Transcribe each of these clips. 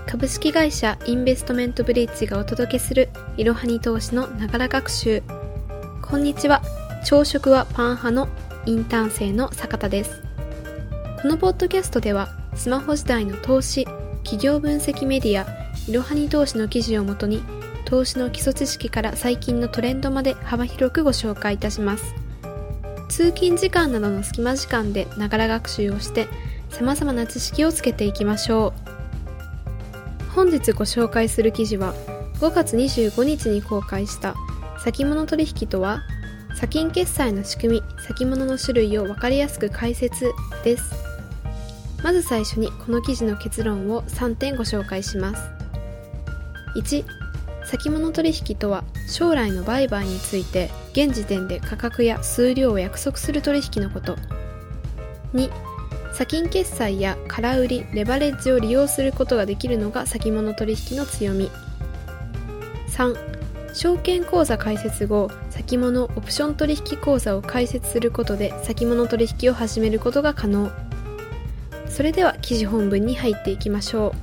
株式会社インベストメントブリッジがお届けするいろはに投資のながら学習。こんにちは。朝食はパン派のインターン生の坂田です。このポッドキャストではスマホ時代の投資、企業分析メディア、いろはに投資の記事をもとに投資の基礎知識から最近のトレンドまで幅広くご紹介いたします。通勤時間などの隙間時間でながら学習をして様々な知識をつけていきましょう。本日ご紹介する記事は5月25日に公開した先物取引とは、先金決済の仕組み、先物の種類を分かりやすく解説です。まず最初にこの記事の結論を3点ご紹介します。1、先物取引とは将来の売買について現時点で価格や数量を約束する取引のこと。2、先金決済や空売り、レバレッジを利用することができるのが先物取引の強み。3、証券口座開設後、先物オプション取引口座を開設することで先物取引を始めることが可能。それでは記事本文に入っていきましょう。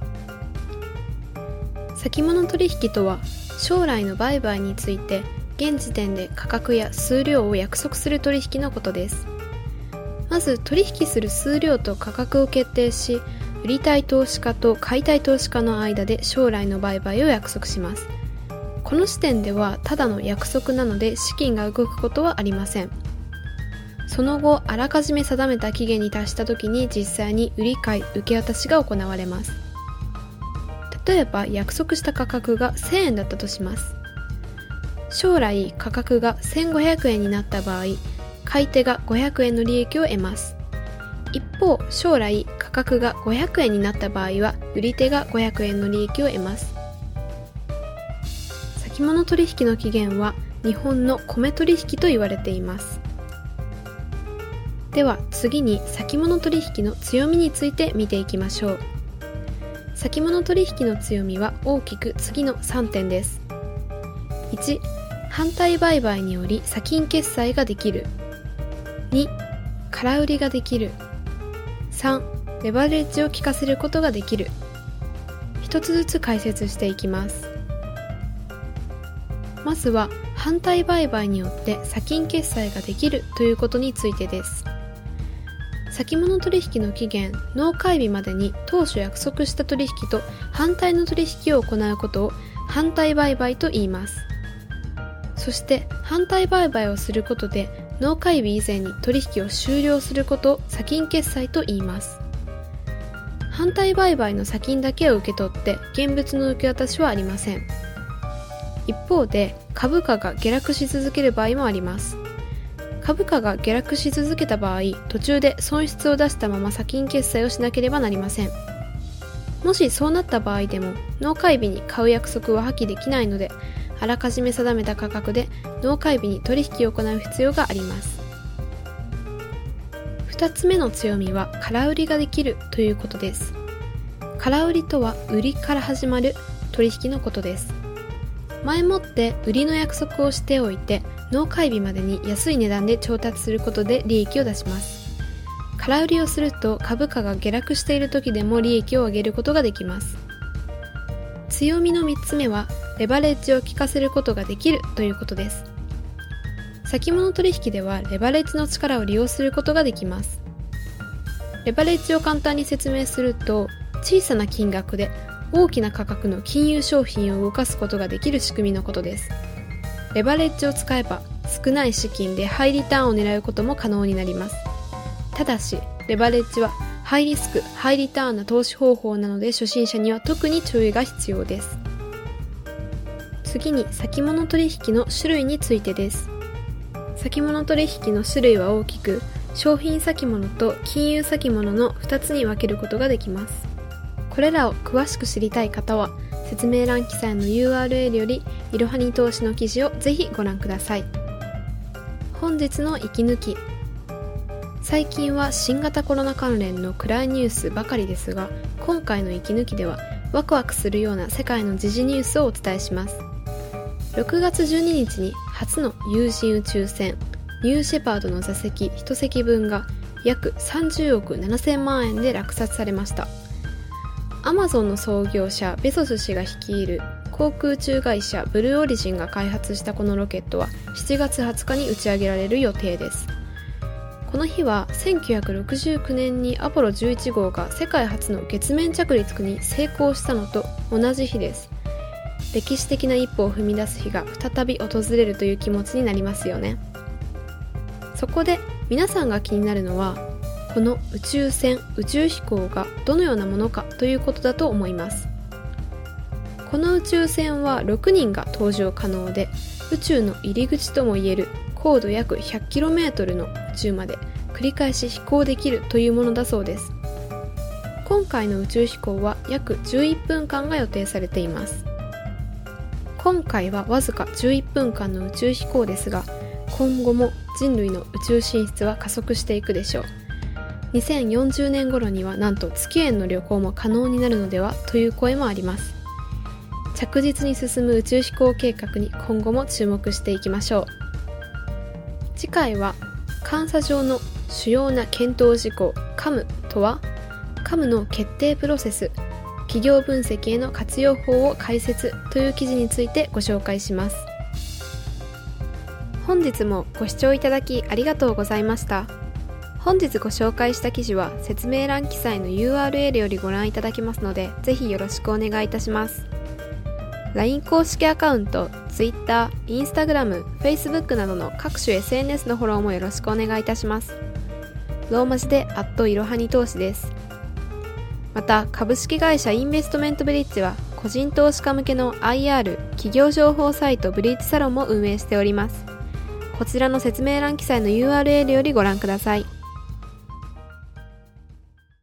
先物取引とは将来の売買について現時点で価格や数量を約束する取引のことです。まず取引する数量と価格を決定し、売りたい投資家と買いたい投資家の間で将来の売買を約束します。この時点ではただの約束なので資金が動くことはありません。その後、あらかじめ定めた期限に達した時に実際に売り買い受け渡しが行われます。例えば約束した価格が1000円だったとします。将来価格が1500円になった場合、買い手が500円の利益を得ます。一方、将来価格が500円になった場合は売り手が500円の利益を得ます。先物取引の起源は日本の米取引と言われています。では次に先物取引の強みについて見ていきましょう。先物取引の強みは大きく次の3点です。1、反対売買により先金決済ができる。2、空売りができる。3、レバレッジを効かせることができる。一つずつ解説していきます。まずは反対売買によって先金決済ができるということについてです。先物取引の期限、納会日までに当初約束した取引と反対の取引を行うことを反対売買と言います。そして反対売買をすることで納会日以前に取引を終了することを先金決済と言います。反対売買の先金だけを受け取って現物の受け渡しはありません。一方で株価が下落し続ける場合もあります。株価が下落し続けた場合、途中で損失を出したまま先金決済をしなければなりません。もしそうなった場合でも納会日に買う約束は破棄できないので、あらかじめ定めた価格で納会日に取引を行う必要があります。2つ目の強みは空売りができるということです。空売りとは売りから始まる取引のことです。前もって売りの約束をしておいて納会日までに安い値段で調達することで利益を出します。空売りをすると株価が下落している時でも利益を上げることができます。強みの3つ目はレバレッジを効かせることができるということです。先物取引ではレバレッジの力を利用することができます。レバレッジを簡単に説明すると、小さな金額で大きな価格の金融商品を動かすことができる仕組みのことです。レバレッジを使えば少ない資金でハイリターンを狙うことも可能になります。ただしレバレッジはハイリスク、ハイリターンな投資方法なので初心者には特に注意が必要です。次に先物取引の種類についてです。先物取引の種類は大きく、商品先物と金融先物の2つに分けることができます。これらを詳しく知りたい方は説明欄記載の URL よりいろはに投資の記事をぜひご覧ください。本日の息抜き。最近は新型コロナ関連の暗いニュースばかりですが、今回の息抜きではワクワクするような世界の時事ニュースをお伝えします。6月12日に初の有人宇宙船ニューシェパードの座席1席分が約30億7000万円で落札されました。 アマゾンの創業者ベゾス氏が率いる航空宇宙会社ブルーオリジンが開発したこのロケットは7月20日に打ち上げられる予定です。この日は1969年にアポロ11号が世界初の月面着陸に成功したのと同じ日です。歴史的な一歩を踏み出す日が再び訪れるという気持ちになりますよね。そこで皆さんが気になるのは、この宇宙船、宇宙飛行がどのようなものかということだと思います。この宇宙船は6人が搭乗可能で、宇宙の入り口ともいえる高度約 100km の宇宙まで繰り返し飛行できるというものだそうです。今回の宇宙飛行は約11分間が予定されています。今回はわずか11分間の宇宙飛行ですが、今後も人類の宇宙進出は加速していくでしょう。2040年頃にはなんと月への旅行も可能になるのではという声もあります。着実に進む宇宙飛行計画に今後も注目していきましょう。次回は監査上の主要な検討事項 CAM とは、 CAM の決定プロセス、企業分析への活用法を解説という記事についてご紹介します。本日もご視聴いただきありがとうございました。本日ご紹介した記事は説明欄記載の URL よりご覧いただけますので、ぜひよろしくお願いいたします。LINE 公式アカウント、Twitter、Instagram、Facebook などの各種 SNS のフォローもよろしくお願いいたします。ローマ字でいろはに投資です。また、株式会社インベストメントブリッジは個人投資家向けの IR 企業情報サイトブリッジサロンも運営しております。こちらの説明欄記載の URL よりご覧ください。